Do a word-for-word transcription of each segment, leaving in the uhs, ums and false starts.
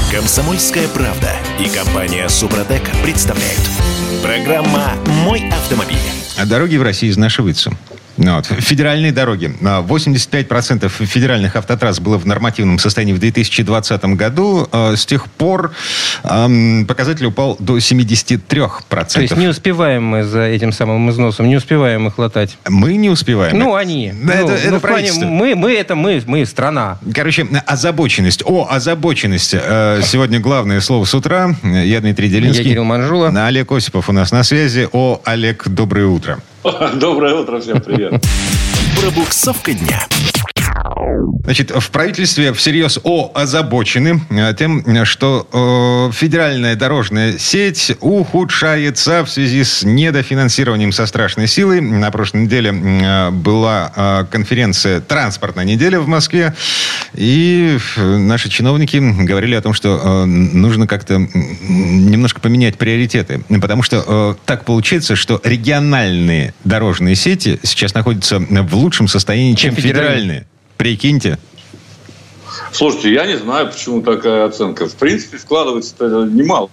Комсомольская правда и компания «Супротек» представляют. Программа «Мой автомобиль». Дороги в России изнашиваются. Вот. Федеральные дороги. восемьдесят пять процентов федеральных автотрасс было в нормативном состоянии в две тысячи двадцатом году. С тех пор эм, показатель упал до семьдесят три процента. То есть не успеваем мы за этим самым износом, не успеваем их латать. Мы не успеваем. Ну, они. Да, ну, это, это ну, в плане, мы, мы это мы, мы страна. Короче, озабоченность. О, озабоченность. Сегодня главное слово с утра. Я Дмитрий Делинский. Я Кирилл Манжула. Олег Осипов у нас на связи. О, Олег, доброе утро. Доброе утро, всем привет. Пробуксовка дня. Значит, в правительстве всерьез о озабочены тем, что э, федеральная дорожная сеть ухудшается в связи с недофинансированием со страшной силой. На прошлой неделе э, была э, конференция «Транспортная неделя» в Москве. И наши чиновники говорили о том, что э, нужно как-то немножко поменять приоритеты. Потому что э, так получается, что региональные дорожные сети сейчас находятся в лучшем состоянии, чем, чем федеральные. федеральные. Прикиньте. Слушайте, я не знаю, почему такая оценка. В принципе, вкладывается-то немало.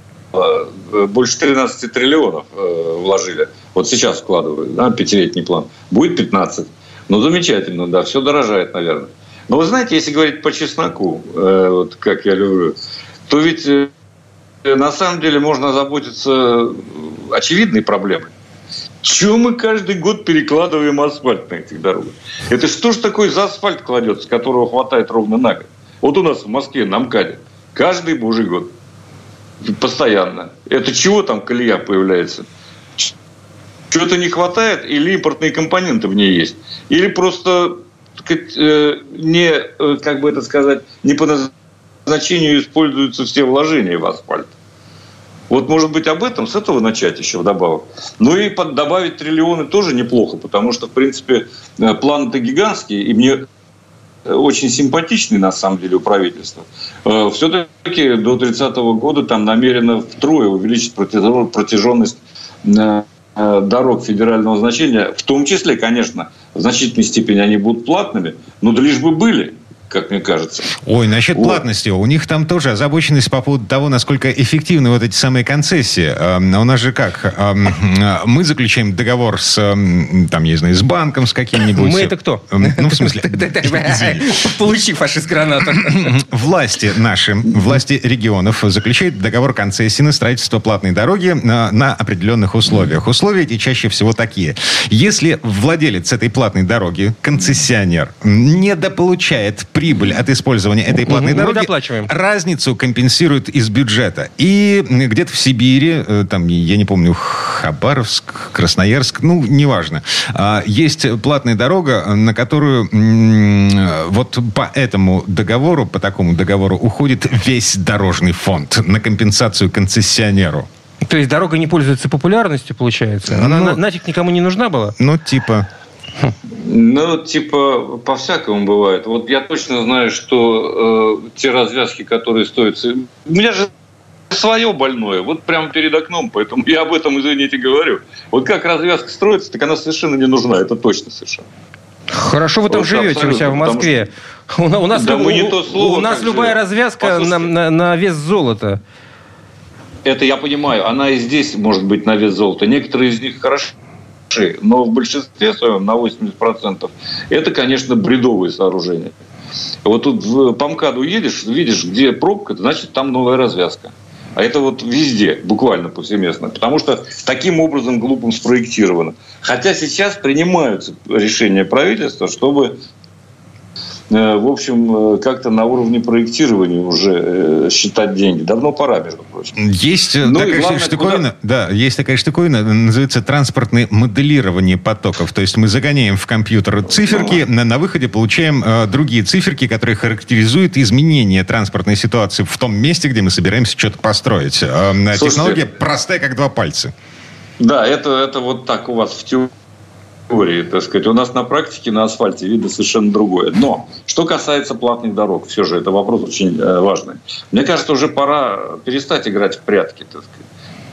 Больше тринадцать триллионов вложили. Вот сейчас вкладывают, да, пятилетний план. Будет пятнадцать. Ну, замечательно, да, все дорожает, наверное. Но вы знаете, если говорить по чесноку, вот как я люблю, то ведь на самом деле можно озаботиться очевидной проблемой. Чего мы каждый год перекладываем асфальт на этих дорогах? Это что ж такое за асфальт кладется, которого хватает ровно на год? Вот у нас в Москве на МКАДе каждый божий год. Постоянно. Это чего там колея появляется? Чего-то не хватает или импортные компоненты в ней есть? Или просто, так сказать, не, как бы это сказать, не по назначению используются все вложения в асфальт? Вот, может быть, об этом, с этого начать еще вдобавок. Ну и под, добавить триллионы тоже неплохо, потому что, в принципе, план-то гигантский, и мне очень симпатичный, на самом деле, у правительства. Все-таки до тридцатого года там намерено втрое увеличить протяженность дорог федерального значения. В том числе, конечно, в значительной степени они будут платными, но да лишь бы были. Как мне кажется. Ой, насчет вот. платности. У них там тоже озабоченность по поводу того, насколько эффективны вот эти самые концессии. А у нас же как? Мы заключаем договор с, там, я не знаю, с банком, с каким-нибудь... Мы это кто? Ну, в смысле... Получи, фашист-гранату. Власти наши, власти регионов заключают договор концессии на строительство платной дороги на, на определенных условиях. Условия эти чаще всего такие. Если владелец этой платной дороги, концессионер, недополучает прибыль от использования этой платной мы дороги, доплачиваем. Разницу компенсируют из бюджета. И где-то в Сибири, там, я не помню, Хабаровск, Красноярск, ну, неважно, есть платная дорога, на которую вот по этому договору, по такому договору уходит весь дорожный фонд на компенсацию концессионеру. То есть дорога не пользуется популярностью, получается? Она ну, нафиг никому не нужна была? Ну, типа... Ну, типа, по-всякому бывает. Вот я точно знаю, что э, те развязки, которые стоят... У меня же свое больное, вот прямо перед окном, поэтому я об этом, извините, говорю. Вот как развязка строится, так она совершенно не нужна, это точно совершенно. Хорошо вы там вот живете у себя в Москве. Что... У, у нас, да, люб... мы не то слово, у нас любая живем. развязка на, на, на вес золота. Это я понимаю, она и здесь может быть на вес золота. Некоторые из них хорошо. Но в большинстве своем, на восемьдесят процентов, это, конечно, бредовые сооружения. Вот тут по МКАДу едешь, видишь, где пробка, значит, там новая развязка. А это вот везде, буквально повсеместно. Потому что таким образом глупым спроектировано. Хотя сейчас принимаются решения правительства, чтобы... в общем, как-то на уровне проектирования уже считать деньги. Давно пора, между прочим. Есть, ну, такая, главное, штуковина, куда... да, есть такая штуковина, называется транспортное моделирование потоков. То есть мы загоняем в компьютер циферки, на, на выходе получаем э, другие циферки, которые характеризуют изменение транспортной ситуации в том месте, где мы собираемся что-то построить. Э, Слушайте, технология простая, как два пальца. Да, это, это вот так у вас в теории. Так сказать. У нас на практике на асфальте видно совершенно другое. Но что касается платных дорог, все же это вопрос очень э, важный. Мне кажется, уже пора перестать играть в прятки. Так сказать.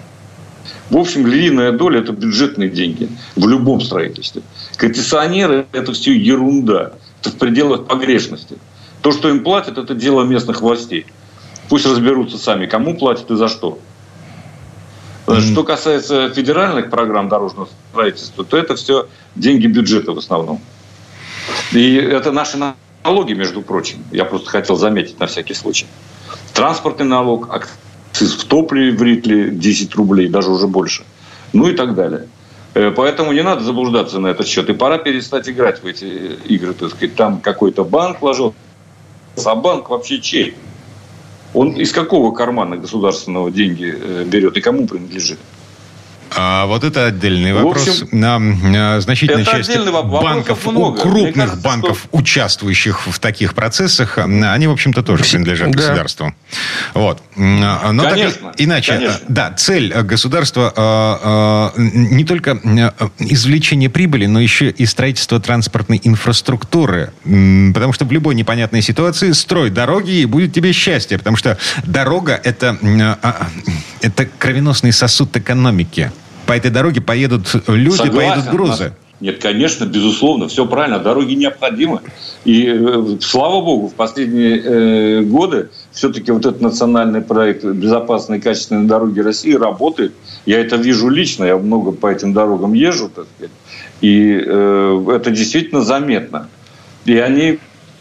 В общем, львиная доля – это бюджетные деньги в любом строительстве. Концессионеры – это все ерунда. Это в пределах погрешности. То, что им платят, это дело местных властей. Пусть разберутся сами, кому платят и за что. Mm-hmm. Что касается федеральных программ дорожного строительства, то это все деньги бюджета в основном. И это наши налоги, между прочим. Я просто хотел заметить на всякий случай. Транспортный налог, акциз в топливе в литре десять рублей, даже уже больше. Ну и так далее. Поэтому не надо заблуждаться на этот счет. И пора перестать играть в эти игры. Так сказать. Там какой-то банк вложил. А банк вообще чей? Он из какого кармана государственного деньги берет и кому принадлежит? А вот это отдельный вопрос. В общем, на значительной части банков, много. крупных кажется, банков, что... участвующих в таких процессах, они, в общем-то, тоже принадлежат да. государству. Вот. Но конечно, так, иначе, конечно. да, цель государства не только извлечение прибыли, но еще и строительство транспортной инфраструктуры. Потому что в любой непонятной ситуации строй дороги, и будет тебе счастье. Потому что дорога – это, это кровеносный сосуд экономики. По этой дороге поедут люди, Согласен. поедут грузы. Нет, конечно, безусловно, все правильно. Дороги необходимы. И, э, слава богу, в последние э, годы все-таки вот этот национальный проект «Безопасные и качественные дороги России» работает. Я это вижу лично, я много по этим дорогам езжу, так сказать. И э, это действительно заметно. И они...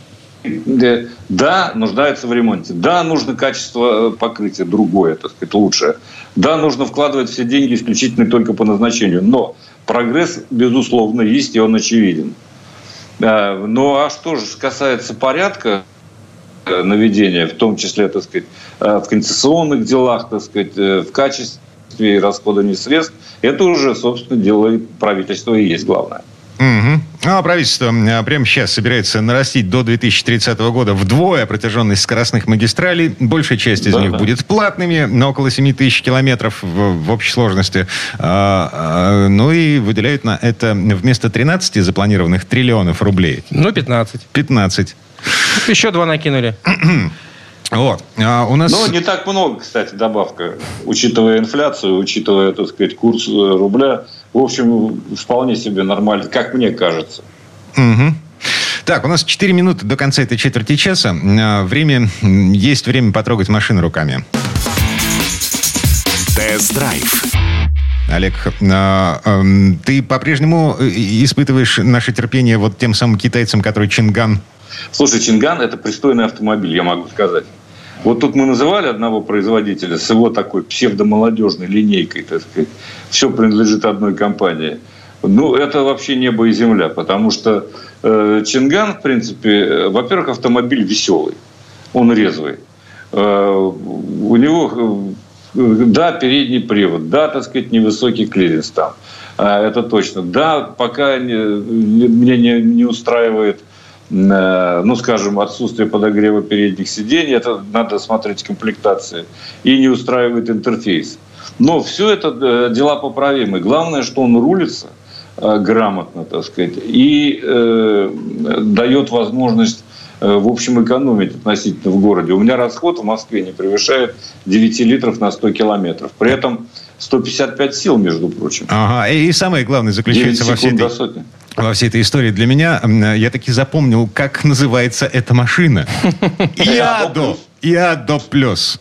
Да, нуждаются в ремонте. Да, нужно качество покрытия другое, так сказать, лучшее. Да, нужно вкладывать все деньги исключительно только по назначению. Но прогресс, безусловно, есть, и он очевиден. Ну, а что же касается порядка наведения, в том числе, так сказать, в концессионных делах, так сказать, в качестве расходования средств, это уже, собственно, дело правительства и есть главное. Угу. А правительство прямо сейчас собирается нарастить до две тысячи тридцатого года вдвое протяженность скоростных магистралей. Большая часть из да, них да. будет платными, на около семь тысяч километров в, в общей сложности. А, а, ну и выделяют на это вместо тринадцати запланированных триллионов рублей. Ну, пятнадцать. пятнадцать. Еще два накинули. Вот. А у нас... Ну, не так много, кстати, добавка. Учитывая инфляцию, учитывая, так сказать, курс рубля. В общем, вполне себе нормально, как мне кажется. Угу. Так, у нас четыре минуты до конца этой четверти часа. Время, есть время потрогать машину руками. Тест-драйв. Олег, ты по-прежнему испытываешь наше терпение вот тем самым китайцам, которые Чинган? Слушай, Чинган – это пристойный автомобиль, я могу сказать. Вот тут мы называли одного производителя с его такой псевдомолодежной линейкой, так сказать. Все принадлежит одной компании. Ну, это вообще небо и земля, потому что э, Чинган, в принципе, во-первых, автомобиль веселый, он резвый. Э, у него, э, да, передний привод, да, так сказать, невысокий клиренс там. Э, это точно. Да, пока не, не, меня не, не устраивает... ну, скажем, отсутствие подогрева передних сидений, это надо смотреть комплектации, и не устраивает интерфейс. Но все это дела поправимые. Главное, что он рулится э, грамотно, так сказать, и э, дает возможность, э, в общем, экономить относительно в городе. У меня расход в Москве не превышает девять литров на сто километров. При этом сто пятьдесят пять сил, между прочим. Ага, и самое главное заключается во всей, этой, во всей этой истории для меня. Я таки запомнил, как называется эта машина. Иадо. Иадо плюс.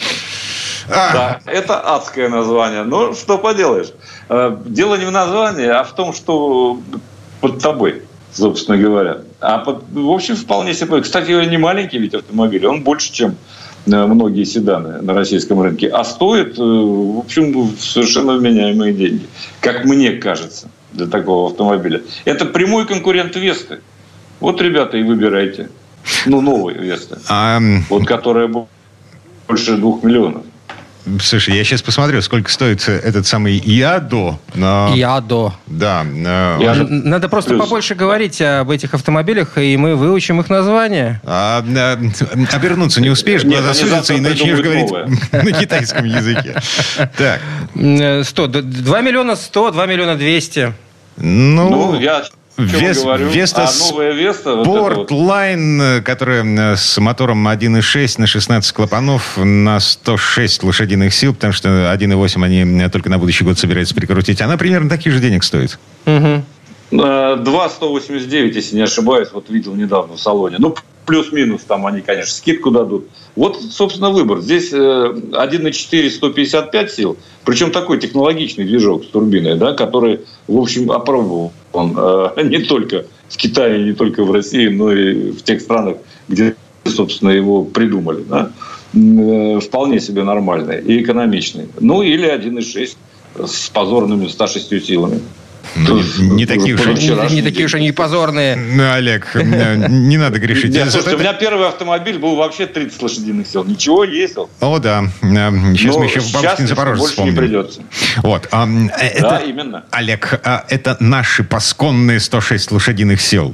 Да, это адское название. Но что поделаешь. Дело не в названии, а в том, что под тобой, собственно говоря. А под, в общем, вполне себе. Кстати, не маленький ведь автомобиль. Он больше, чем многие седаны на российском рынке. А стоит, в общем, совершенно вменяемые деньги. Как мне кажется, для такого автомобиля. Это прямой конкурент Весты. Вот, ребята, и выбирайте. Ну, новые Весты. А... Вот, которая больше двух миллионов. Слушай, я сейчас посмотрю, сколько стоит этот самый Иадо. Но... Иадо. Да. Но... Иадо. Надо просто Плюс. побольше говорить об этих автомобилях, и мы выучим их название. А, а, обернуться не успеешь, глаза сузятся, и начнешь говорить на китайском языке. Так. сто, два миллиона сто, два миллиона двести. Ну, ну я... Вес, Веста а новая Веста, Спортлайн, вот которая с мотором один и шесть на шестнадцать клапанов на сто шесть лошадиных сил, потому что один и восемь они только на будущий год собираются прикрутить. Она примерно таких же денег стоит. Угу. два сто восемьдесят девять, если не ошибаюсь, вот видел недавно в салоне. Ну, плюс-минус там они, конечно, скидку дадут. Вот, собственно, выбор. Здесь один и четыре сто пятьдесят пять сил, причем такой технологичный движок с турбиной, да, который, в общем, опробовал он э, не только в Китае, не только в России, но и в тех странах, где, собственно, его придумали. Да. Э, вполне себе нормальный и экономичный. Ну, или один и шесть с позорными ста шестью силами. Ну, не, не, такие уж, не, не такие уж они позорные. Ну, Олег, не надо грешить. Нет, слушайте, у меня первый автомобиль был вообще тридцать лошадиных сил. Ничего, ездил. О, да. Сейчас мы еще в Бабушкин Запорожец вспомним. Больше не придется. Вот. А, это, да, именно. Олег, а это наши пасконные сто шесть лошадиных сил.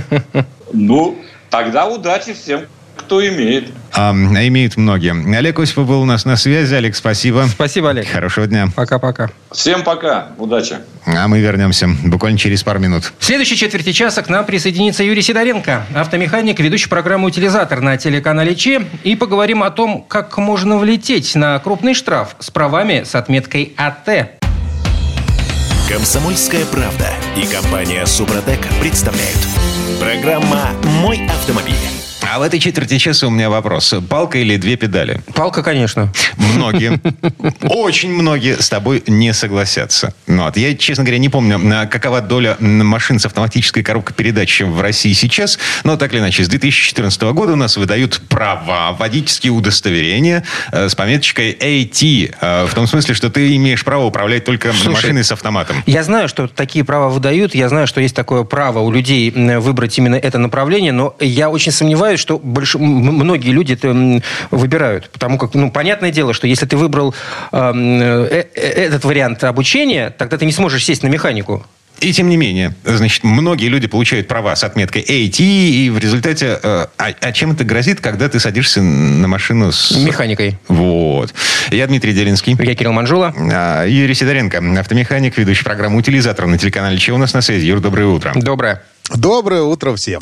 Ну, тогда удачи всем, кто имеет. А, имеют многие. Олег Осипов был у нас на связи. Олег, спасибо. Спасибо, Олег. Хорошего дня. Пока-пока. Всем пока. Удачи. А мы вернемся буквально через пару минут. В следующей четверти часа к нам присоединится Юрий Сидоренко, автомеханик, ведущий программу «Утилизатор» на телеканале ЧЕ. И поговорим о том, как можно влететь на крупный штраф с правами с отметкой АТ. «Комсомольская правда» и компания «Супротек» представляют. Программа «Мой автомобиль». А в этой четверти часа у меня вопрос. Палка или две педали? Палка, конечно. Многие, очень многие с тобой не согласятся. Ну, вот. Я, честно говоря, не помню, какова доля машин с автоматической коробкой передач в России сейчас. Но так или иначе, с две тысячи четырнадцатого года у нас выдают права, водительские удостоверения с пометочкой эй ти. В том смысле, что ты имеешь право управлять только Слушай, машиной с автоматом. Я знаю, что такие права выдают. Я знаю, что есть такое право у людей выбрать именно это направление. Но я очень сомневаюсь, что больш... многие люди это выбирают. Потому как, ну, понятное дело, что если ты выбрал э, э, этот вариант обучения, тогда ты не сможешь сесть на механику. И тем не менее, значит, многие люди получают права с отметкой эй ти, и в результате... Э, а, а чем это грозит, когда ты садишься на машину с... механикой. Вот. Я Дмитрий Делинский. Я Кирилл Манжула. А, Юрий Сидоренко, автомеханик, ведущий программу «Утилизатор» на телеканале ЧЕ. У нас на связи. Юр, доброе утро. Доброе. Доброе утро всем.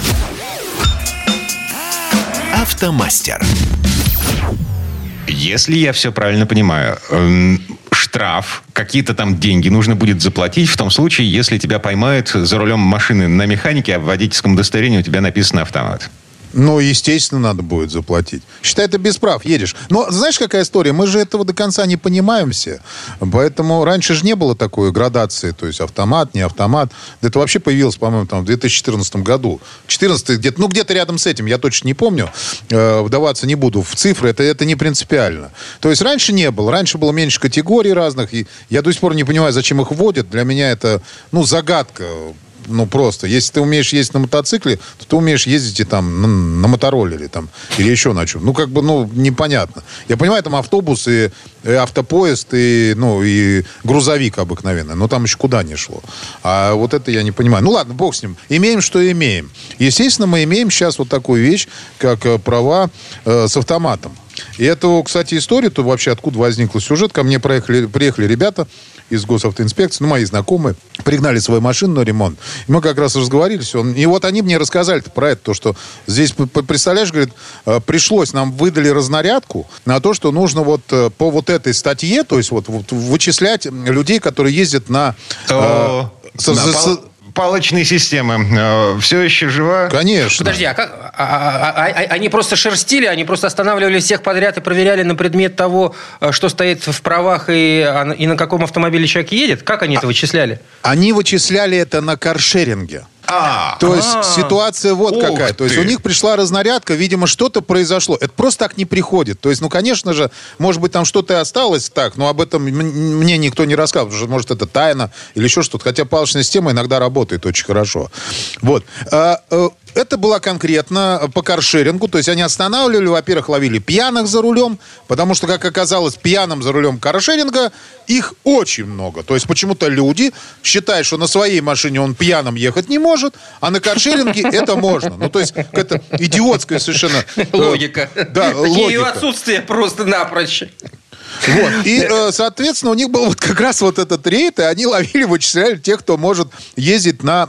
Автомастер. Если я все правильно понимаю, э, штраф, какие-то там деньги нужно будет заплатить в том случае, если тебя поймают за рулем машины на механике, а в водительском удостоверении у тебя написано «автомат». Ну, естественно, надо будет заплатить. Считай, это без прав, едешь. Но знаешь, какая история? Мы же этого до конца не понимаем все. Поэтому раньше же не было такой градации. То есть автомат, не автомат. Это вообще появилось, по-моему, там, в две тысячи четырнадцатом году. четырнадцатый где-то, ну, где-то рядом с этим, я точно не помню. Э, вдаваться не буду в цифры. Это, это не принципиально. То есть раньше не было. Раньше было меньше категорий разных. И я до сих пор не понимаю, зачем их вводят. Для меня это, ну, загадка. Ну, просто. Если ты умеешь ездить на мотоцикле, то ты умеешь ездить и там на, на мотороллере там, или еще на чем. Ну, как бы, ну, непонятно. Я понимаю, там автобус и, и автопоезд, и, ну, и грузовик обыкновенный. Но там еще куда не шло. А вот это я не понимаю. Ну, ладно, бог с ним. Имеем, что имеем. Естественно, мы имеем сейчас вот такую вещь, как э, права э, с автоматом. И эту, кстати, историю-то вообще откуда возникла сюжет. Ко мне проехали, приехали ребята из госавтоинспекции, ну, мои знакомые, пригнали свою машину на ремонт. И мы как раз разговорились. Он, и вот они мне рассказали про это, то, что здесь, представляешь, говорит, пришлось, нам выдали разнарядку на то, что нужно вот по вот этой статье, то есть вот, вот вычислять людей, которые ездят на... О, э, с, на с, пал... Палочные системы. Э, все еще жива? Конечно. Подожди, а как? А, а, а, а, они просто шерстили, они просто останавливали всех подряд и проверяли на предмет того, что стоит в правах и, и на каком автомобиле человек едет? Как они а, это вычисляли? Они вычисляли это на каршеринге. А, то есть а, ситуация вот какая. То есть у них пришла разнарядка, видимо, что-то произошло. Это просто так не приходит. То есть, ну, конечно же, может быть, там что-то и осталось так, но об этом мне никто не рассказывал, потому что, может, это тайна или еще что-то. Хотя палочная система иногда работает очень хорошо. Вот. Это было конкретно по каршерингу. То есть они останавливали, во-первых, ловили пьяных за рулем, потому что, как оказалось, пьяным за рулем каршеринга их очень много. То есть почему-то люди считают, что на своей машине он пьяным ехать не может, а на каршеринге это можно. Ну, то есть это идиотская совершенно... Логика. Да, логика. Ее отсутствие просто напрочь. Вот. И, соответственно, у них был вот как раз вот этот рейд, и они ловили, вычисляли тех, кто может ездить на,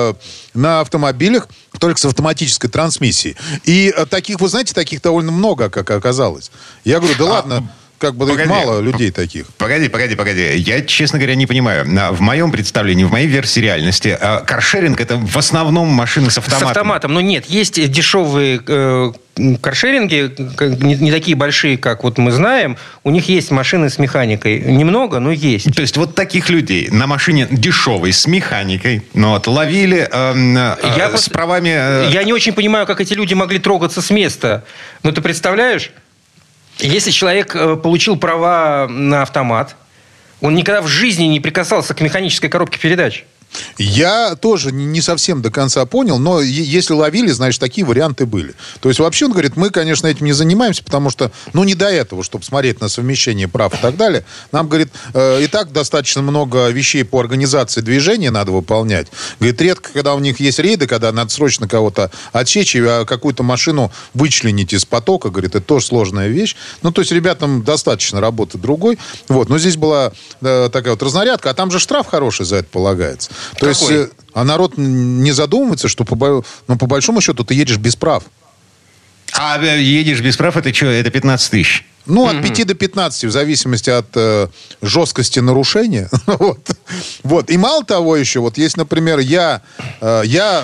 на автомобилях только с автоматической трансмиссией. И таких, вы знаете, таких довольно много, как оказалось. Я говорю, да ладно... как бы их мало людей таких. Погоди, погоди, погоди. Я, честно говоря, не понимаю. В моем представлении, в моей версии реальности, каршеринг — это в основном машины с автоматом. С автоматом. Но нет, есть дешевые э, каршеринги, не, не такие большие, как вот мы знаем. У них есть машины с механикой. Немного, но есть. То есть вот таких людей на машине дешевой с механикой, ну, вот, ловили э, э, я с просто, правами... Э... Я не очень понимаю, как эти люди могли трогаться с места. Ну, ты представляешь? Если человек получил права на автомат, он никогда в жизни не прикасался к механической коробке передач. Я тоже не совсем до конца понял, но если ловили, значит, такие варианты были. То есть, вообще, он говорит, мы, конечно, этим не занимаемся, потому что, ну, не до этого, чтобы смотреть на совмещение прав и так далее. Нам, говорит, э, и так достаточно много вещей по организации движения надо выполнять. Говорит, редко, когда у них есть рейды, когда надо срочно кого-то отсечь, а какую-то машину вычленить из потока, говорит, это тоже сложная вещь. Ну, то есть, ребятам достаточно работы другой. Вот, но здесь была э, такая вот разнарядка, а там же штраф хороший за это полагается. То Какой? есть, а народ не задумывается, что по, ну, по большому счету ты едешь без прав. А едешь без прав, это что? Это пятнадцать тысяч? Ну, от пяти до пятнадцати, в зависимости от э, жесткости нарушения. вот. вот. И мало того еще, вот есть, например, я, э, я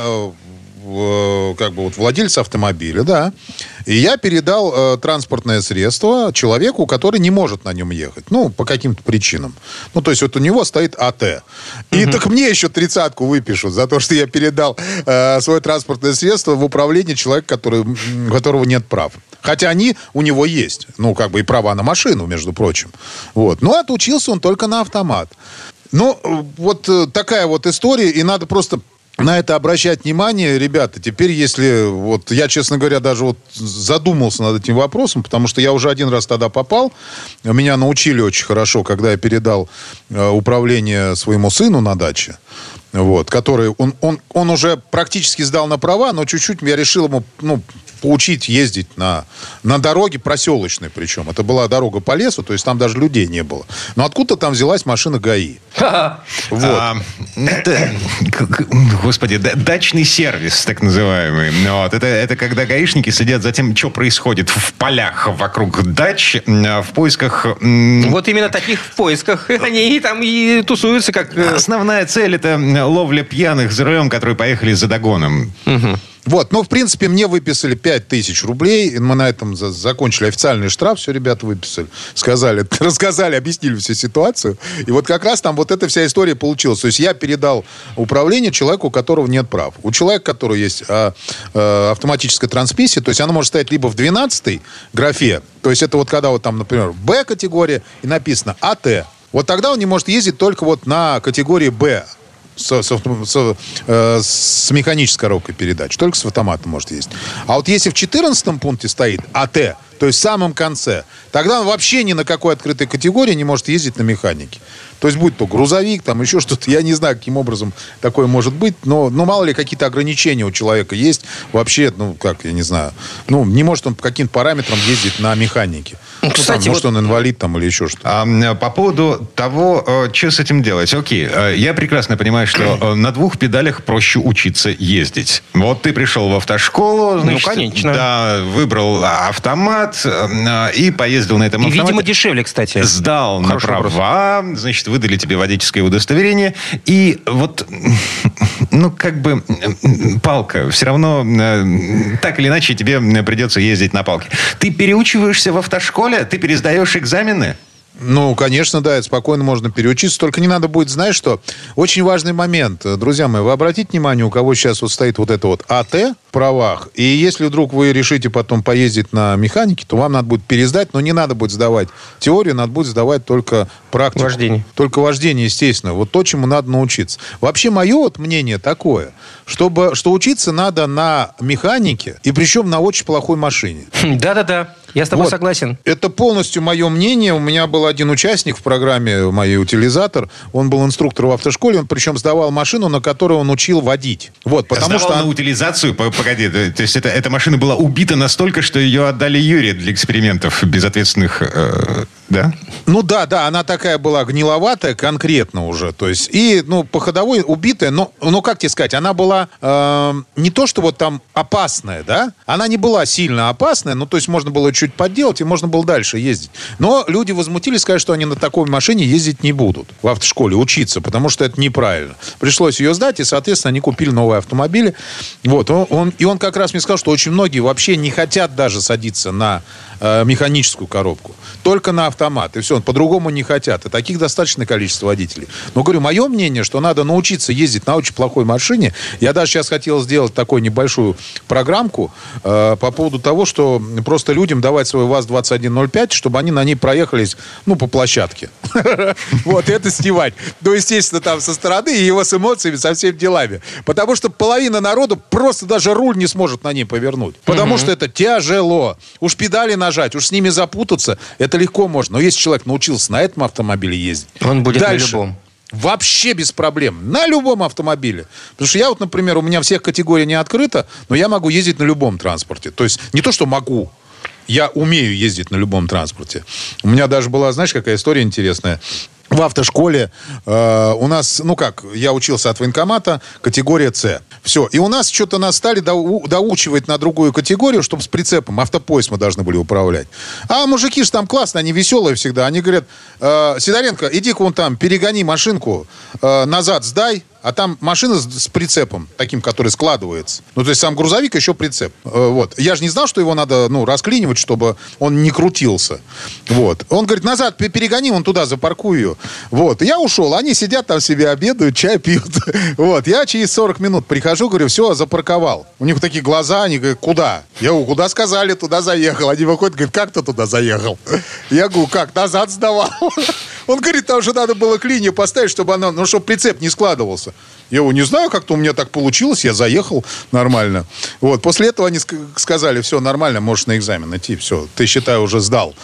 э, как бы вот владелец автомобиля, да, и я передал э, транспортное средство человеку, который не может на нем ехать. Ну, по каким-то причинам. Ну, то есть, вот у него стоит АТ. И угу. так мне еще тридцатку выпишут за то, что я передал э, свое транспортное средство в управление человека, который, у которого нет прав. Хотя они у него есть. Ну, как бы и права на машину, между прочим. Вот. Но отучился он только на автомат. Ну, вот такая вот история. И надо просто... на это обращать внимание, ребята. Теперь, если... Вот я, честно говоря, даже вот задумался над этим вопросом, потому что я уже один раз тогда попал. Меня научили очень хорошо, когда я передал э, управление своему сыну на даче. Вот, который... Он, он, он уже практически сдал на права, но чуть-чуть я решил ему... Ну, поучить ездить на, на дороге проселочной причем. Это была дорога по лесу, то есть там даже людей не было. Но откуда там взялась машина ГАИ? Вот. А, это, господи, дачный сервис, так называемый. Вот. Это, это когда гаишники следят за тем, что происходит в полях вокруг дач, в поисках... Вот именно таких в поисках. Они там и тусуются, как... Основная цель — это ловля пьяных за рулем, которые поехали за догоном. Угу. Вот, ну, в принципе, мне выписали пять тысяч рублей. Мы на этом за- закончили официальный штраф. Все ребята выписали. Сказали, рассказали, объяснили всю ситуацию. И вот как раз там вот эта вся история получилась. То есть я передал управление человеку, у которого нет прав. У человека, у которого есть а, а, автоматическая трансмиссия, то есть она может стоять либо в двенадцатой графе, то есть это вот когда вот там, например, Б-категория и написано АТ. Вот тогда он не может ездить только вот на категории Б. С, с, с, э, с механической коробкой передач. Только с автоматом может ездить. А вот если в четырнадцатом пункте стоит АТ, то есть в самом конце, тогда он вообще ни на какой открытой категории не может ездить на механике. То есть будь то грузовик, там еще что-то. Я не знаю, каким образом такое может быть. Но, но мало ли какие-то ограничения у человека есть. Вообще, ну как, я не знаю. Ну, не может он по каким-то параметрам ездить на механике. Ну, кстати, там, может, вот... он инвалид там или еще что-то. А, по поводу того, что с этим делать. Окей, я прекрасно понимаю, что на двух педалях проще учиться ездить. Вот ты пришел в автошколу, значит, ну, конечно. Да, выбрал автомат и поездил на этом и, автомате. Видимо, дешевле, кстати. Сдал на права, вопрос. Значит, выдали тебе водительское удостоверение. И вот, ну, как бы палка. Все равно так или иначе тебе придется ездить на палке. Ты переучиваешься в автошколе? Ты пересдаешь экзамены? Ну, конечно, да, это спокойно можно переучиться. Только не надо будет, знаешь что, очень важный момент. Друзья мои, вы обратите внимание, у кого сейчас вот стоит вот это вот АТ в правах, и если вдруг вы решите потом поездить на механике, то вам надо будет пересдать, но не надо будет сдавать теорию, надо будет сдавать только практику. Вождение. Только вождение, естественно. Вот то, чему надо научиться. Вообще, мое вот мнение такое, чтобы, что учиться надо на механике, и причем на очень плохой машине. Да-да-да. Я с тобой вот. согласен. Это полностью мое мнение. У меня был один участник в программе моей «Утилизатор». Он был инструктор в автошколе. Он причем сдавал машину, на которой он учил водить. Вот, потому сдавал что... на утилизацию? Погоди. То есть это, эта машина была убита настолько, что ее отдали Юре для экспериментов безответственных... Э, да? Ну да, да, она такая была гниловатая конкретно уже. То есть, и, ну, по ходовой убитая, но, ну, как тебе сказать, она была э, не то, что вот там опасная, да? Она не была сильно опасная, ну, то есть можно было чуть подделать, и можно было дальше ездить. Но люди возмутились, сказали, что они на такой машине ездить не будут в автошколе, учиться, потому что это неправильно. Пришлось ее сдать, и, соответственно, они купили новые автомобили. Вот, он, он, и он как раз мне сказал, что очень многие вообще не хотят даже садиться на э, механическую коробку, только на автомат. И все, по-другому не хотят. И таких достаточное количество водителей. Но, говорю, мое мнение, что надо научиться ездить на очень плохой машине. Я даже сейчас хотел сделать такую небольшую программку э, по поводу того, что просто людям давать свой ВАЗ двадцать один ноль пять, чтобы они на ней проехались, ну, по площадке. Вот, это снимать. Ну, естественно, там со стороны, и его с эмоциями, со всеми делами. Потому что половина народу просто даже руль не сможет на ней повернуть. Потому что это тяжело. Уж педали нажать, уж с ними запутаться, это легко можно. Но если человек научился на этом автомобиле ездить, он будет дальше, на любом. Вообще без проблем. На любом автомобиле. Потому что я вот, например, у меня всех категорий не открыто, но я могу ездить на любом транспорте. То есть не то, что могу. Я умею ездить на любом транспорте. У меня даже была, знаешь, какая история интересная. В автошколе э, у нас, ну как, я учился от военкомата, категория С. Все. И у нас что-то нас стали доу- доучивать на другую категорию, чтобы с прицепом, автопоезд мы должны были управлять. А мужики же там классные, они веселые всегда. Они говорят, э, Сидоренко, иди-ка вон там, перегони машинку, э, назад сдай. А там машина с, с прицепом, таким, который складывается. Ну, то есть сам грузовик, еще прицеп. Э, вот. Я же не знал, что его надо, ну, расклинивать, чтобы он не крутился. Вот. Он говорит, назад перегони, вон туда, запаркуй ее. Вот. И я ушел. Они сидят там себе, обедают, чай пьют. Вот. Я через сорок минут прихожу, говорю, все, запарковал. У них такие глаза, они говорят, куда? Я говорю, куда сказали, туда заехал. Они выходят, говорят, как ты туда заехал? Я говорю, как, назад сдавал. Он говорит, там же надо было клинию поставить, чтобы она, ну, чтобы прицеп не складывался. Я его не знаю, как-то у меня так получилось, я заехал нормально. Вот. После этого они ск- сказали, все, нормально, можешь на экзамен идти, все, ты, считай, уже сдал.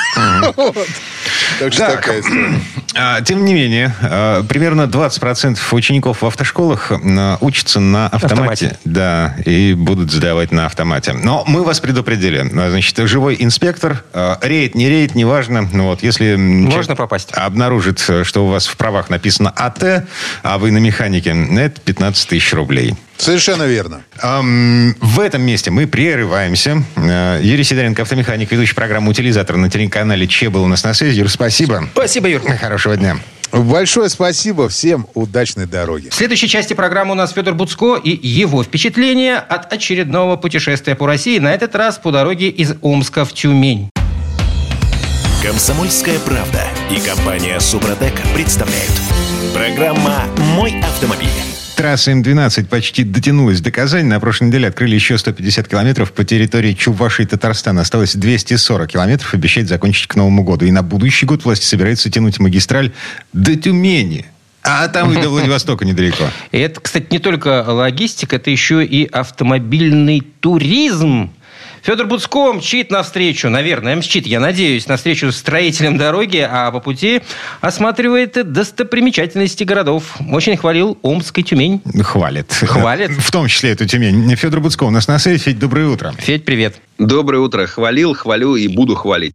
Так что такая история. Тем не менее, примерно двадцать процентов учеников в автошколах учатся на автомате. Да, и будут сдавать на автомате. Но мы вас предупредили. Значит, живой инспектор, рейд, не рейд, неважно. Вот, если можно попасть. Обнаружит, что у вас в правах написано АТ, а вы на механике, это пятнадцать тысяч рублей. Совершенно верно. Um, в этом месте мы прерываемся. Uh, Юрий Сидоренко, автомеханик, ведущий программу «Утилизатор» на телеканале Че был у нас на связи. Юр, спасибо. Спасибо, Юр. Хорошего дня. Большое спасибо. Всем удачной дороги. В следующей части программы у нас Федор Буцко и его впечатления от очередного путешествия по России. На этот раз по дороге из Омска в Тюмень. «Комсомольская правда» и компания «Супротек» представляют. Программа «Мой автомобиль». Трасса Эм двенадцать почти дотянулась до Казани. На прошлой неделе открыли еще сто пятьдесят километров по территории Чувашии и Татарстана. Осталось двести сорок километров. Обещает закончить к Новому году. И на будущий год власти собираются тянуть магистраль до Тюмени. А там и до Владивостока недалеко. И это, кстати, не только логистика, это еще и автомобильный туризм. Федор Буцко мчит навстречу, наверное, мчит, я надеюсь, навстречу строителям дороги, а по пути осматривает достопримечательности городов. Очень хвалил Омск и Тюмень. Хвалит. Хвалит. В том числе эту Тюмень. Федор Буцко у нас на связи. Федь, доброе утро. Федь, привет. Доброе утро. Хвалил, хвалю и буду хвалить.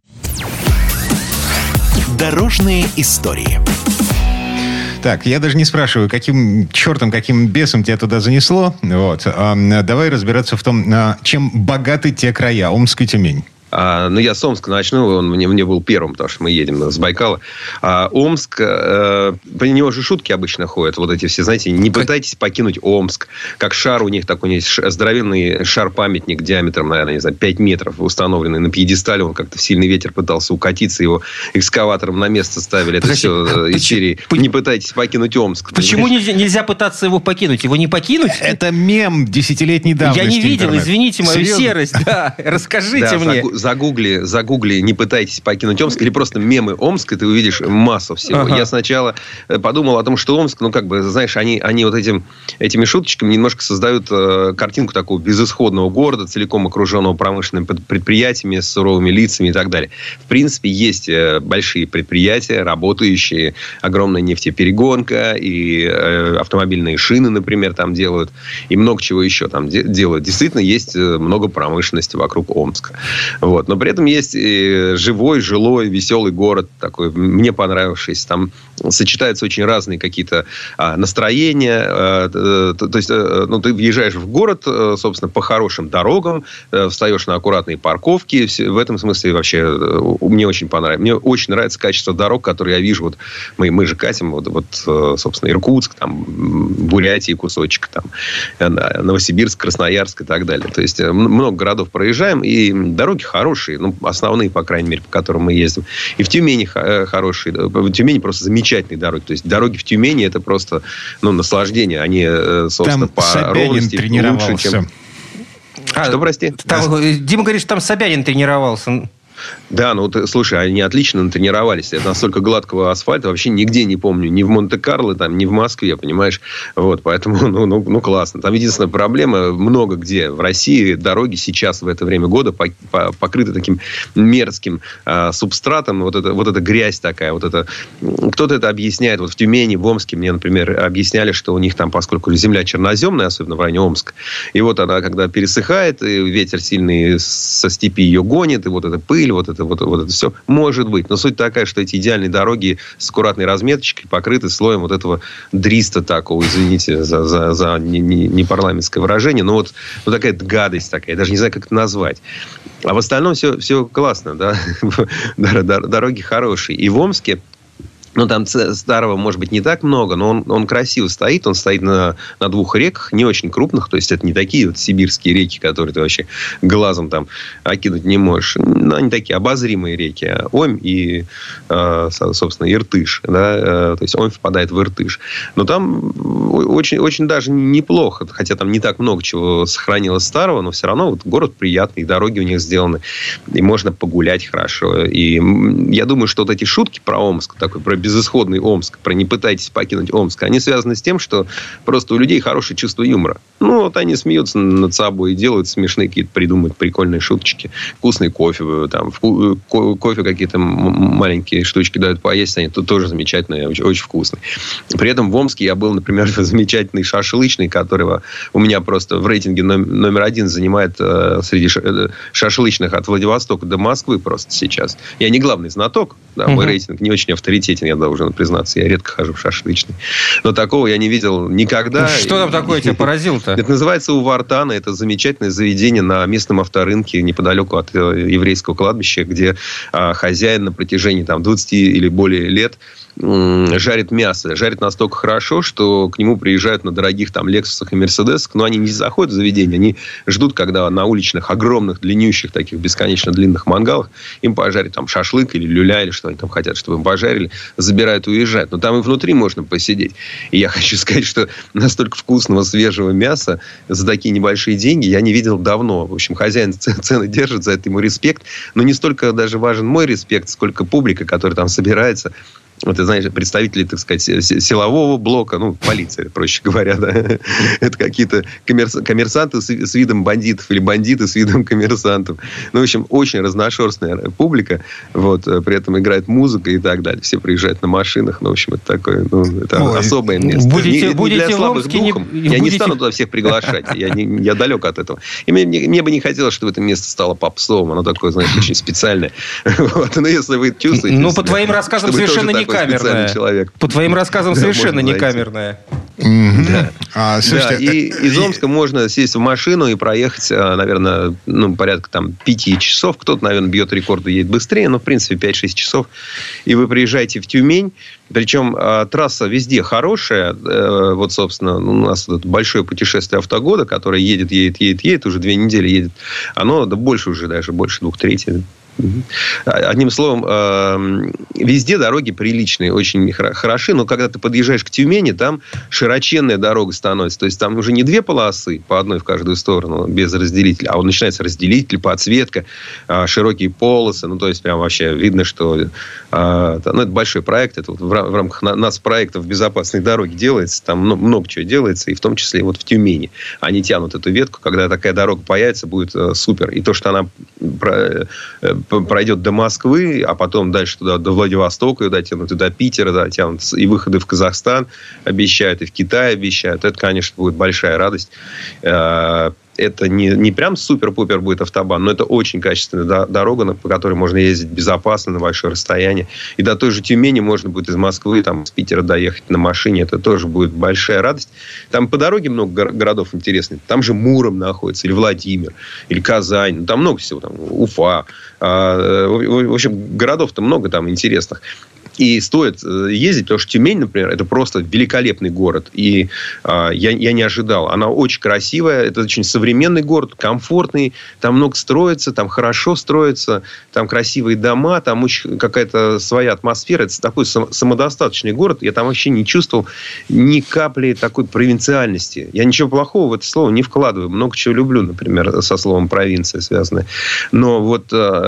Дорожные истории. Так, я даже не спрашиваю, каким чертом, каким бесом тебя туда занесло. Вот. А, давай разбираться в том, чем богаты те края, Омск и Тюмень. А, ну, я с Омска начну. Он мне, мне был первым, потому что мы едем с Байкала. А, Омск, э, по него же шутки обычно ходят. Вот эти все, знаете, не пытайтесь покинуть Омск. Как шар у них такой есть, здоровенный шар-памятник диаметром, наверное, не знаю, пять метров, установленный на пьедестале. Он как-то в сильный ветер пытался укатиться. Его экскаватором на место ставили. Это Подожди, все из серии «Не пытайтесь покинуть Омск». Почему нельзя, нельзя пытаться его покинуть? Его не покинуть? Это мем десятилетней давности. Я не видел, интернет. Извините мою Серьезно? серость. Да, расскажите Да, мне. Загугли, загугли, не пытайтесь покинуть Омск, или просто мемы Омска, ты увидишь массу всего. Ага. Я сначала подумал о том, что Омск, ну, как бы, знаешь, они, они вот этим, этими шуточками немножко создают э, картинку такого безысходного города, целиком окруженного промышленными предприятиями, с суровыми лицами и так далее. В принципе, есть э, большие предприятия, работающие, огромная нефтеперегонка, и э, автомобильные шины, например, там делают, и много чего еще там де- делают. Действительно, есть много промышленности вокруг Омска. Вот. Вот. Но при этом есть и живой, жилой, веселый город такой, мне понравившийся. Там сочетаются очень разные какие-то а, настроения. А, то, то есть, а, ну, ты въезжаешь в город, а, собственно, по хорошим дорогам, а, встаешь на аккуратные парковки. Все, в этом смысле вообще а, мне очень понравилось. Мне очень нравится качество дорог, которые я вижу. Вот мы, мы же катим, вот, вот, собственно, Иркутск, там, Бурятии кусочек, там, Новосибирск, Красноярск и так далее. То есть, много городов проезжаем, и дороги хорошие, ну, основные, по крайней мере, по которым мы ездим. И в Тюмени хорошие. В Тюмени просто замечательные дороги. То есть, дороги в Тюмени это просто, ну, наслаждение. Они, собственно, там по Собянин ровности лучше, чем... А, что, прости? Там, Дима говорит, что там Собянин тренировался. Да, ну, вот, слушай, они отлично натренировались. Это настолько гладкого асфальта вообще нигде не помню. Ни в Монте-Карло, там, ни в Москве, понимаешь? Вот, поэтому, ну, ну, ну, классно. Там единственная проблема, много где в России дороги сейчас, в это время года, по, по, покрыты таким мерзким а, субстратом. Вот это, вот эта грязь такая. Вот это... Кто-то это объясняет. Вот в Тюмени, в Омске мне, например, объясняли, что у них там, поскольку земля черноземная, особенно в районе Омска, и вот она, когда пересыхает, и ветер сильный со степи ее гонит, и вот эта пыль, вот это, вот, вот это все может быть. Но суть такая, что эти идеальные дороги с аккуратной разметочкой покрыты слоем вот этого дриста такого, извините за, за, за непарламентское выражение, но вот, вот такая гадость такая, я даже не знаю, как это назвать. А в остальном все, все классно, да? Дороги хорошие. И в Омске, ну, там старого, может быть, не так много, но он, он красиво стоит. Он стоит на, на двух реках, не очень крупных. То есть, это не такие вот сибирские реки, которые ты вообще глазом там окинуть не можешь. Но они такие обозримые реки. Омь и, э, собственно, Иртыш. Да? То есть, Омь впадает в Иртыш. Но там очень, очень даже неплохо. Хотя там не так много чего сохранилось старого, но все равно вот город приятный, дороги у них сделаны. И можно погулять хорошо. И я думаю, что вот эти шутки про Омск, такой, про безысходный Омск, про не пытайтесь покинуть Омск, они связаны с тем, что просто у людей хорошее чувство юмора. Ну, вот они смеются над собой и делают смешные какие-то, придумывают прикольные шуточки. Вкусный кофе, там, вку- ко- кофе какие-то маленькие штучки дают поесть, они тут тоже замечательные, очень, очень вкусные. При этом в Омске я был, например, замечательный шашлычный, которого у меня просто в рейтинге номер один занимает э, среди шашлычных от Владивостока до Москвы просто сейчас. Я не главный знаток, да, мой uh-huh. рейтинг не очень авторитетен, я должен признаться. Я редко хожу в шашлычный. Но такого я не видел никогда. Что там такое тебя поразило-то? Это называется «У Вартана». Это замечательное заведение на местном авторынке неподалеку от еврейского кладбища, где а, хозяин на протяжении там, двадцати или более лет жарит мясо. Жарит настолько хорошо, что к нему приезжают на дорогих там Лексусах и Мерседесах, но они не заходят в заведение, они ждут, когда на уличных, огромных, длиннющих, таких бесконечно длинных мангалах им пожарят там шашлык или люля, или что они там хотят, чтобы им пожарили, забирают и уезжают. Но там и внутри можно посидеть. И я хочу сказать, что настолько вкусного, свежего мяса за такие небольшие деньги я не видел давно. В общем, хозяин цены держит, за это ему респект. Но не столько даже важен мой респект, сколько публика, которая там собирается. Вот, ты знаешь, представители, так сказать, силового блока, ну, полиция, проще говоря, да, это какие-то коммерс... коммерсанты с, с видом бандитов или бандиты с видом коммерсантов. Ну, в общем, очень разношерстная публика, вот, при этом играет музыка и так далее. Все приезжают на машинах, ну, в общем, это такое, ну, это Ой, особое место. Будете, не, будете не для слабых духом. Не, я будете... не стану туда всех приглашать, я, не, я далек от этого. И мне, мне, мне бы не хотелось, чтобы это место стало попсовым, оно такое, знаешь, очень специальное. Вот, но если вы чувствуете... Ну, по твоим рассказам совершенно не камерная. Человек. По твоим рассказам совершенно не камерная. Mm-hmm. Да. А, слушайте, да, и из Омска можно сесть в машину и проехать, наверное, ну, порядка там пяти часов. Кто-то, наверное, бьет рекорды, едет быстрее, но, в принципе, пять-шесть часов. И вы приезжаете в Тюмень. Причем а, трасса везде хорошая. А, вот, собственно, у нас вот большое путешествие автогода, которое едет, едет, едет, едет, уже две недели едет. Оно да, больше уже даже, больше двух третей. Одним словом, везде дороги приличные, очень хороши, но когда ты подъезжаешь к Тюмени, там широченная дорога становится. То есть там уже не две полосы по одной в каждую сторону без разделителя, а вот начинается разделитель, подсветка, широкие полосы. Ну, то есть прям вообще видно, что ну, это большой проект. Это вот в рамках нацпроектов безопасной дороги делается. Там много чего делается, и в том числе вот в Тюмени. Они тянут эту ветку. Когда такая дорога появится, будет супер. И то, что она пройдет до Москвы, а потом дальше туда, до Владивостока, дотянут и до Питера, дотянут, и выходы в Казахстан обещают, и в Китай обещают. Это, конечно, будет большая радость. это не, не прям супер-пупер будет автобан, но это очень качественная дорога, по которой можно ездить безопасно на большое расстояние. И до той же Тюмени можно будет из Москвы, там, из Питера доехать на машине. Это тоже будет большая радость. Там по дороге много городов интересных. Там же Муром находится, или Владимир, или Казань. Ну, там много всего. Там, Уфа. А, в общем, городов-то много там интересных. И стоит ездить, потому что Тюмень, например, это просто великолепный город. И э, я, я не ожидал. Она очень красивая. Это очень современный город, комфортный. Там много строится, там хорошо строится. Там красивые дома, там очень какая-то своя атмосфера. Это такой самодостаточный город. Я там вообще не чувствовал ни капли такой провинциальности. Я ничего плохого в это слово не вкладываю. Много чего люблю, например, со словом провинция связанное. Но вот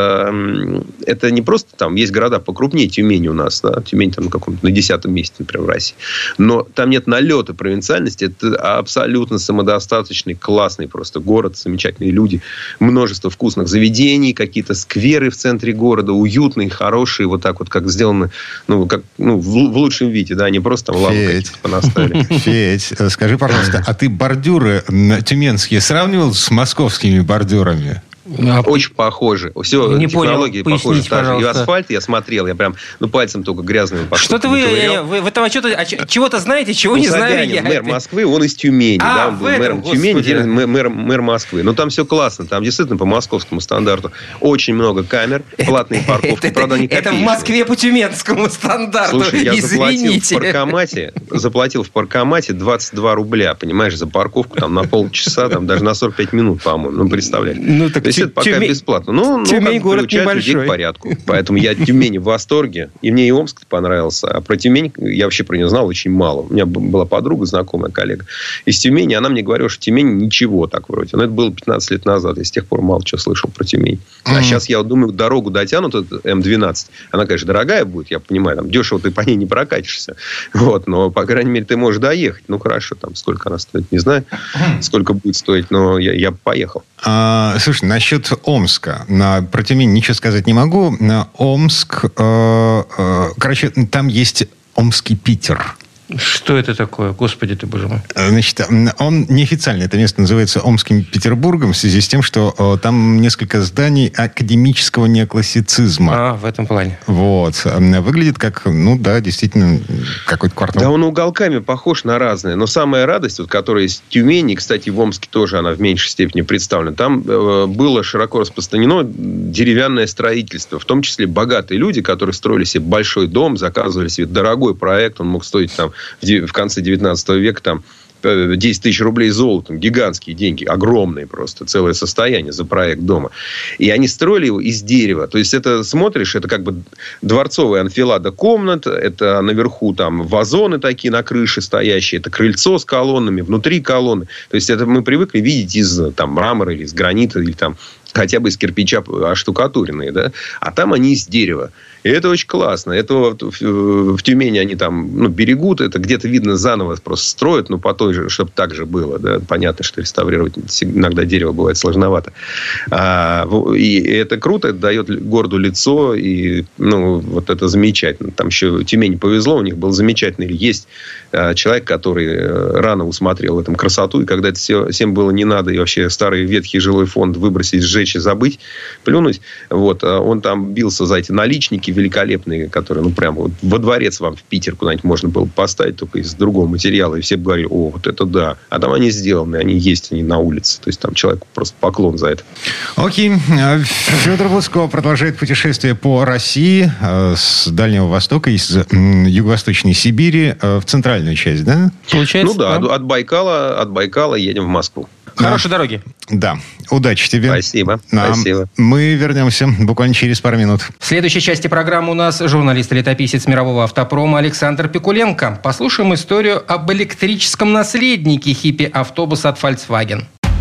э, это не просто там есть города покрупнее Тюмени у нас. Да? Тюмень там на каком-то на десятом месте, например, в России. Но там нет налета провинциальности. Это абсолютно самодостаточный, классный просто город, замечательные люди, множество вкусных заведений, какие-то скверы в центре города, уютные, хорошие, вот так вот, как сделаны, ну, как, ну, в, в лучшем виде, да, не просто там лавы какие-то понаставили. Федь, скажи, пожалуйста, а ты бордюры тюменские сравнивал с московскими бордюрами? Очень похоже. Все не технологии понял. похожи. Поясните, И асфальт я смотрел. Я прям, ну, пальцем только грязным. Что-то вы, вы, вы там что-то, а, чего-то знаете, чего ну, не Собянин, знаю я. мэр Москвы, он из Тюмени. А, да, он был этом, мэром Господи. Тюмени, теперь мэр, мэр Москвы. Но там все классно. Там действительно по московскому стандарту очень много камер, платные парковки. Это, правда, они это копеечные. в Москве по тюменскому стандарту. Слушай, я Извините. заплатил в паркомате, заплатил в паркомате двадцать два рубля, понимаешь, за парковку там на полчаса, там даже на сорок пять минут, по-моему. Ну, представляешь. Ну, так То есть Тю- это пока Тюмень- бесплатно. Ну, ну Тюмень как бы город приучать людей небольшой. к порядку. Поэтому я Тюмени в восторге. И мне и Омск понравился. А про Тюмень я вообще про нее знал очень мало. У меня была подруга, знакомая, коллега из Тюмени. Она мне говорила, что Тюмень ничего так вроде. Но это было пятнадцать лет назад. Я с тех пор мало чего слышал про Тюмень. А mm-hmm. сейчас я вот думаю, дорогу дотянут, этот эм двенадцать. Она, конечно, дорогая будет, я понимаю. Там дешево ты по ней не прокатишься. Вот, но, по крайней мере, ты можешь доехать. Ну, хорошо, там сколько она стоит, не знаю. Сколько будет стоить, но я, я поехал. А, слушай, насчет Омска. На, про Тюмень ничего сказать не могу. На Омск... Э, э, короче, там есть Омский Питер. Что это такое? Господи ты, боже мой. Значит, он неофициально. Это место называется Омским Петербургом в связи с тем, что о, там несколько зданий академического неоклассицизма. А, в этом плане. Вот. Выглядит как, ну да, действительно, какой-то квартал. Да, он уголками похож на разные. Но самая радость, вот, которая из Тюмени, кстати, в Омске тоже она в меньшей степени представлена, там э, было широко распространено деревянное строительство. В том числе богатые люди, которые строили себе большой дом, заказывали себе дорогой проект. Он мог стоить там в конце девятнадцатого века там десять тысяч рублей золотом. Гигантские деньги. Огромные просто. Целое состояние за проект дома. И они строили его из дерева. То есть, это смотришь, это как бы дворцовая анфилада комнат. Это наверху там вазоны такие на крыше стоящие. Это крыльцо с колоннами. Внутри колонны. То есть, это мы привыкли видеть из там, мрамора или из гранита. Или там хотя бы из кирпича оштукатуренные. Да? А там они из дерева. И это очень классно. Это в Тюмени они там ну, берегут. Это где-то видно заново просто строят. Но по той же, чтобы так же было. Да? Понятно, что реставрировать иногда дерево бывает сложновато. А, и это круто. Это дает городу лицо. И ну, вот это замечательно. Там еще Тюмени повезло. У них был замечательный. Есть человек, который рано усмотрел в этом красоту. И когда это все, всем было не надо. И вообще старый ветхий жилой фонд выбросить, сжечь и забыть. Плюнуть. Вот. Он там бился за эти наличники великолепные, которые, ну, прямо вот во дворец вам в Питер куда-нибудь можно было поставить, только из другого материала. И все бы говорили, о, вот это да. А там они сделаны, они есть, они на улице. То есть, там человеку просто поклон за это. Окей. Федор Буцко продолжает путешествие по России с Дальнего Востока, из Юго-Восточной Сибири в центральную часть, да? Получается? Ну да, да. От Байкала, от Байкала едем в Москву. Хорошей дороги. Да. Удачи тебе. Спасибо. Нам. Спасибо. Мы вернемся буквально через пару минут. В следующей части программы у нас журналист и летописец мирового автопрома Александр Пикуленко. Послушаем историю об электрическом наследнике хиппи-автобуса от Volkswagen.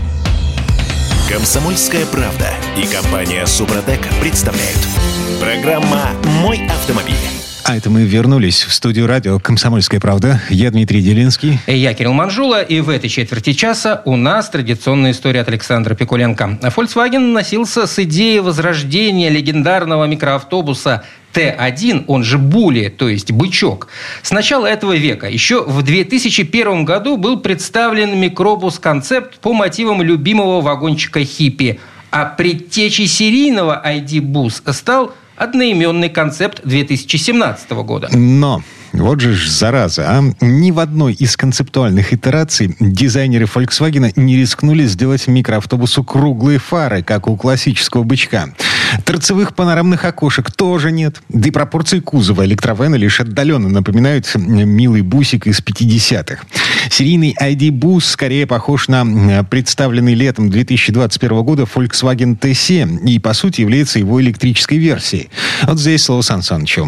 «Комсомольская правда» и компания «Супротек» представляют. Программа «Мой автомобиль». А это мы вернулись в студию радио «Комсомольская правда». Я Дмитрий Делинский. И я Кирилл Манжула. И в этой четверти часа у нас традиционная история от Александра Пикуленко. Volkswagen носился с идеей возрождения легендарного микроавтобуса Т один, он же Булли, то есть бычок. С начала этого века, еще в две тысячи первом году, был представлен микробус-концепт по мотивам любимого вагончика хиппи. А предтечей серийного ай ди-бус стал одноименный концепт две тысячи семнадцатого года. Но вот же ж зараза, а. Ни в одной из концептуальных итераций дизайнеры Volkswagen не рискнули сделать микроавтобусу круглые фары, как у классического бычка. Торцевых панорамных окошек тоже нет. Да и пропорции кузова электровена лишь отдаленно напоминают милый бусик из пятидесятых. Серийный ай ди-бус скорее похож на представленный летом две тысячи двадцать первого года Volkswagen Т семь и, по сути, является его электрической версией. Вот здесь слово Сан Санычу.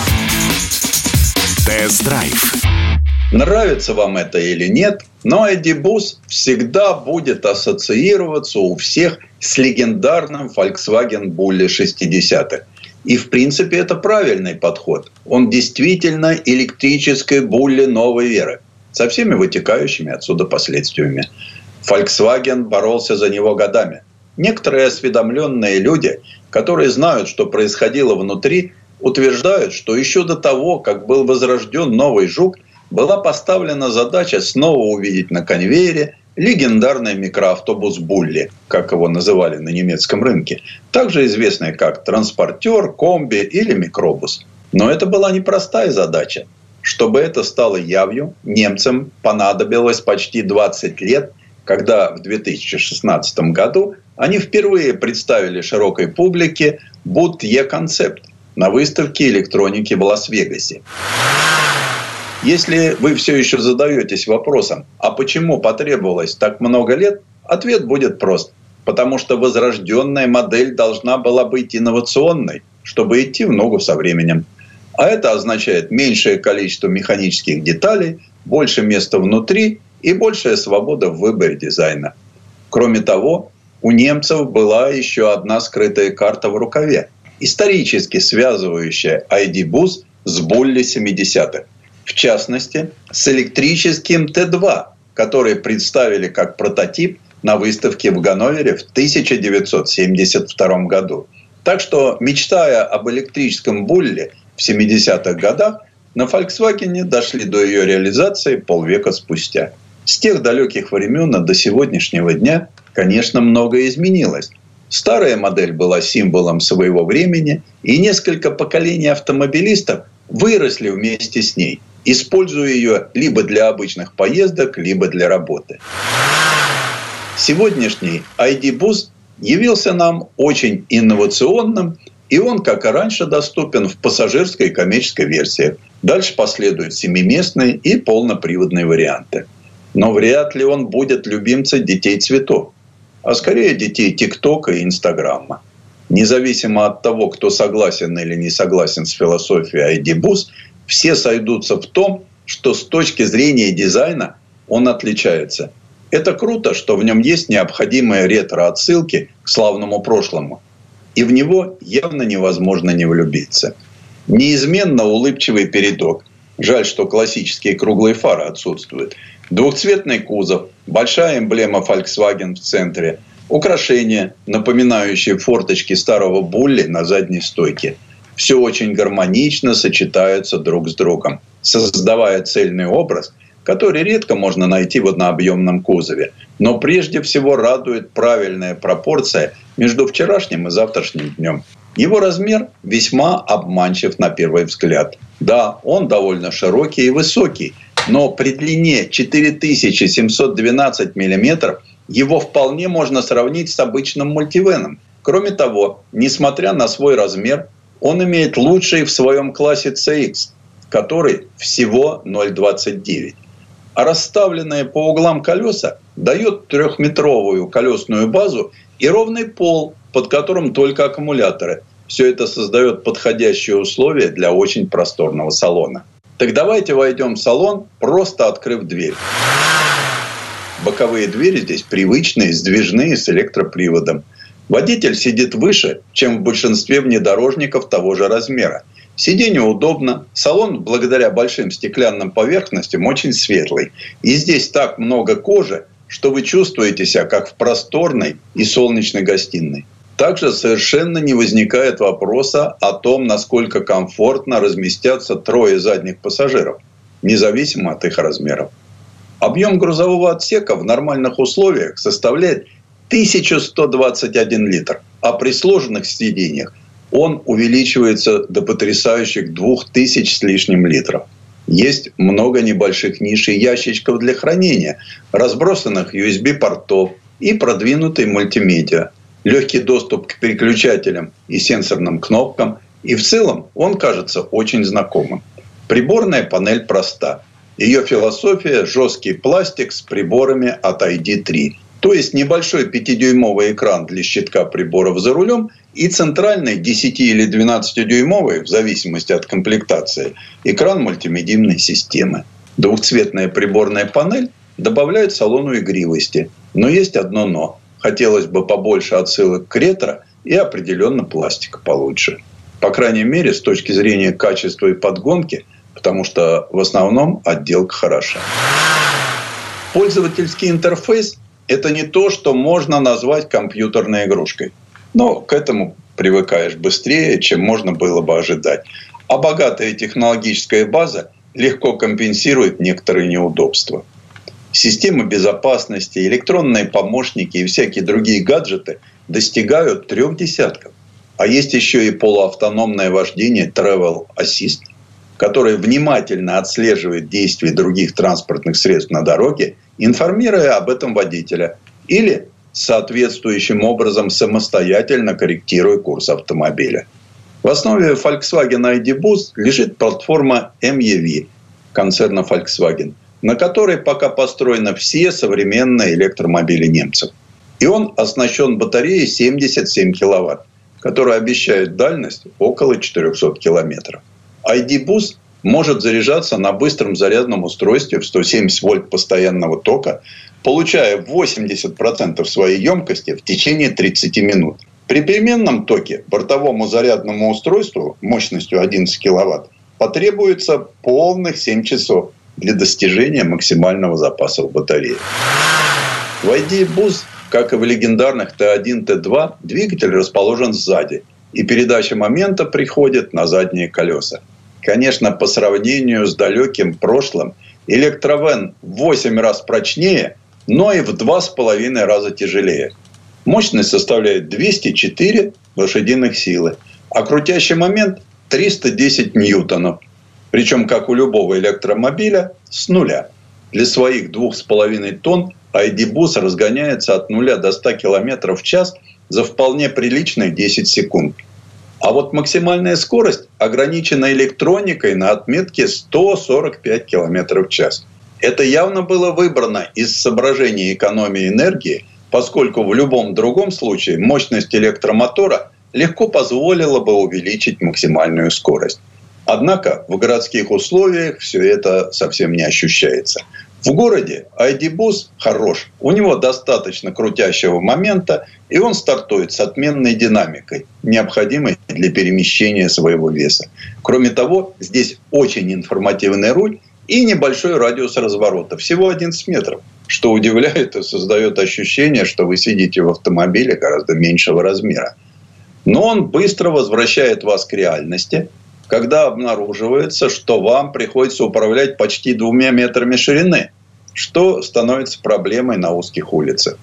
Тест-драйв. Нравится вам это или нет, но ай ди-бус всегда будет ассоциироваться у всех с легендарным Volkswagen Bulli шестидесятых. И, в принципе, это правильный подход. Он действительно электрический Bulli новой эры, со всеми вытекающими отсюда последствиями. Volkswagen боролся за него годами. Некоторые осведомленные люди, которые знают, что происходило внутри, утверждают, что еще до того, как был возрожден новый «Жук», была поставлена задача снова увидеть на конвейере легендарный микроавтобус «Булли», как его называли на немецком рынке, также известный как транспортер, комби или микробус. Но это была непростая задача. Чтобы это стало явью, немцам понадобилось почти двадцать лет, когда в две тысячи шестнадцатом году они впервые представили широкой публике Бут Е-концепт на выставке электроники в Лас-Вегасе. Если вы все еще задаетесь вопросом, а почему потребовалось так много лет, ответ будет прост. Потому что возрожденная модель должна была быть инновационной, чтобы идти в ногу со временем. А это означает меньшее количество механических деталей, больше места внутри и большая свобода в выборе дизайна. Кроме того, у немцев была еще одна скрытая карта в рукаве, исторически связывающая ай ди-бус с Булли семидесятых. В частности, с электрическим Т два, который представили как прототип на выставке в Ганновере в тысяча девятьсот семьдесят втором году. Так что, мечтая об электрическом Булли в семидесятых годах, на Volkswagen дошли до ее реализации полвека спустя. С тех далеких времен до сегодняшнего дня, конечно, многое изменилось. Старая модель была символом своего времени, и несколько поколений автомобилистов выросли вместе с ней, используя ее либо для обычных поездок, либо для работы. Сегодняшний ай ди-бус явился нам очень инновационным, и он, как и раньше, доступен в пассажирской и коммерческой версиях. Дальше последуют семиместные и полноприводные варианты. Но вряд ли он будет любимцем детей цветов, а скорее детей ТикТока и Инстаграма. Независимо от того, кто согласен или не согласен с философией ай ди-бус, все сойдутся в том, что с точки зрения дизайна он отличается. Это круто, что в нем есть необходимые ретро-отсылки к славному прошлому. И в него явно невозможно не влюбиться. Неизменно улыбчивый передок. Жаль, что классические круглые фары отсутствуют. Двухцветный кузов, большая эмблема Volkswagen в центре, украшения, напоминающие форточки старого Булли на задней стойке. Все очень гармонично сочетаются друг с другом, создавая цельный образ, который редко можно найти в однообъемном кузове. Но прежде всего радует правильная пропорция между вчерашним и завтрашним днем. Его размер весьма обманчив на первый взгляд. Да, он довольно широкий и высокий, но при длине четыре тысячи семьсот двенадцать миллиметров его вполне можно сравнить с обычным мультивеном. Кроме того, несмотря на свой размер, он имеет лучший в своем классе си икс, который всего ноль целых двадцать девять. А расставленные по углам колеса дает трехметровую колесную базу и ровный пол, под которым только аккумуляторы. Все это создает подходящие условия для очень просторного салона. Так давайте войдем в салон, просто открыв дверь. Боковые двери здесь привычные, сдвижные, с электроприводом. Водитель сидит выше, чем в большинстве внедорожников того же размера. Сиденье удобно, салон благодаря большим стеклянным поверхностям очень светлый. И здесь так много кожи, что вы чувствуете себя как в просторной и солнечной гостиной. Также совершенно не возникает вопроса о том, насколько комфортно разместятся трое задних пассажиров, независимо от их размеров. Объем грузового отсека в нормальных условиях составляет тысяча сто двадцать один литр, а при сложенных сиденьях он увеличивается до потрясающих двух тысяч с лишним литров. Есть много небольших ниш и ящичков для хранения, разбросанных ю эс би-портов и продвинутой мультимедиа, легкий доступ к переключателям и сенсорным кнопкам, и в целом он кажется очень знакомым. Приборная панель проста. Ее философия – жесткий пластик с приборами от ай ди три. То есть небольшой пятидюймовый экран для щитка приборов за рулем и центральный десяти- или двенадцатидюймовый, в зависимости от комплектации, экран мультимедийной системы. Двухцветная приборная панель добавляет салону игривости. Но есть одно «но». Хотелось бы побольше отсылок к ретро и определенно пластика получше. По крайней мере, с точки зрения качества и подгонки, потому что в основном отделка хороша. Пользовательский интерфейс – это не то, что можно назвать компьютерной игрушкой. Но к этому привыкаешь быстрее, чем можно было бы ожидать. А богатая технологическая база легко компенсирует некоторые неудобства. Системы безопасности, электронные помощники и всякие другие гаджеты достигают трех десятков. А есть еще и полуавтономное вождение Travel Assist, которое внимательно отслеживает действия других транспортных средств на дороге, информируя об этом водителя, или соответствующим образом самостоятельно корректируя курс автомобиля. В основе Volkswagen ай ди Boost лежит платформа эм и ви концерна Volkswagen, на которой пока построены все современные электромобили немцев. И он оснащен батареей семьдесят семь киловатт, которая обещает дальность около четыреста километров. ай ди Boost может заряжаться на быстром зарядном устройстве в сто семьдесят вольт постоянного тока, получая восемьдесят процентов своей емкости в течение тридцати минут. При переменном токе бортовому зарядному устройству мощностью одиннадцать киловатт потребуется полных семь часов для достижения максимального запаса в батарее. В ай ди Boost, как и в легендарных Т один, Т два, двигатель расположен сзади, и передача момента приходит на задние колеса. Конечно, по сравнению с далеким прошлым, электровэн в восемь раз прочнее, но и в два с половиной раза тяжелее. Мощность составляет двести четыре лошадиных силы, а крутящий момент триста десять ньютонов. Причем, как у любого электромобиля, с нуля. Для своих двух с половиной тонн ай ди Boost разгоняется от нуля до ста километров в час за вполне приличные десять секунд. А вот максимальная скорость ограничена электроникой на отметке сто сорок пять километров в час. Это явно было выбрано из соображений экономии энергии, поскольку в любом другом случае мощность электромотора легко позволила бы увеличить максимальную скорость. Однако в городских условиях все это совсем не ощущается. В городе ай ди Boost хорош. У него достаточно крутящего момента, и он стартует с отменной динамикой, необходимой для перемещения своего веса. Кроме того, здесь очень информативный руль и небольшой радиус разворота, всего одиннадцать метров, что удивляет и создает ощущение, что вы сидите в автомобиле гораздо меньшего размера. Но он быстро возвращает вас к реальности, когда обнаруживается, что вам приходится управлять почти двумя метрами ширины, что становится проблемой на узких улицах.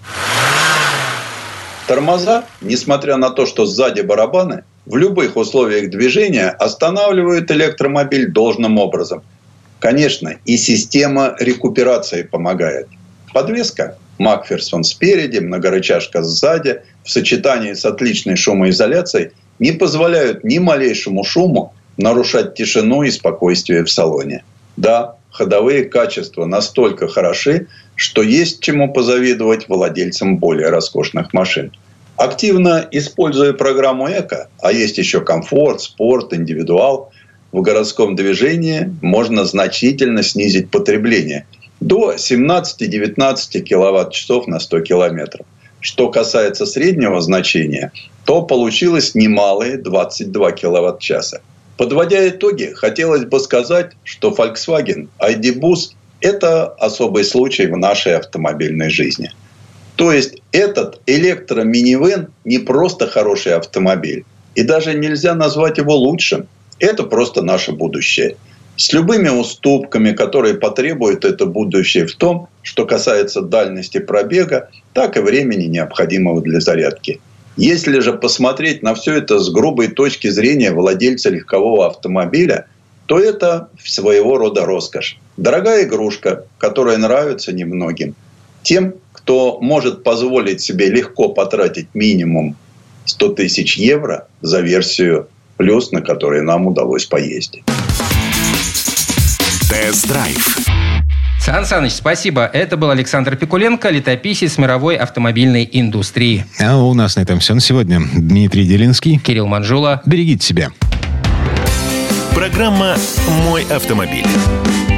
Тормоза, несмотря на то, что сзади барабаны, в любых условиях движения останавливают электромобиль должным образом. Конечно, и система рекуперации помогает. Подвеска Макферсон спереди, многорычажка сзади, в сочетании с отличной шумоизоляцией не позволяют ни малейшему шуму нарушать тишину и спокойствие в салоне. Да, ходовые качества настолько хороши, что есть чему позавидовать владельцам более роскошных машин. Активно используя программу «Эко», а есть еще комфорт, спорт, индивидуал, в городском движении можно значительно снизить потребление до семнадцати-девятнадцати киловатт-часов на сто километров. Что касается среднего значения, то получилось немалые двадцать два киловатт-часа. Подводя итоги, хотелось бы сказать, что Volkswagen ай ди-бус – это особый случай в нашей автомобильной жизни. То есть этот электроминивэн не просто хороший автомобиль, и даже нельзя назвать его лучшим. Это просто наше будущее. С любыми уступками, которые потребует это будущее в том, что касается дальности пробега, так и времени, необходимого для зарядки. Если же посмотреть на все это с грубой точки зрения владельца легкового автомобиля, то это своего рода роскошь. Дорогая игрушка, которая нравится немногим. Тем, кто может позволить себе легко потратить минимум сто тысяч евро за версию плюс, на которой нам удалось поездить. Тест-драйв. Сан Саныч, спасибо. Это был Александр Пикуленко, летописец мировой автомобильной индустрии. А у нас на этом все на сегодня. Дмитрий Делинский. Кирилл Манжула. Берегите себя. Программа «Мой автомобиль».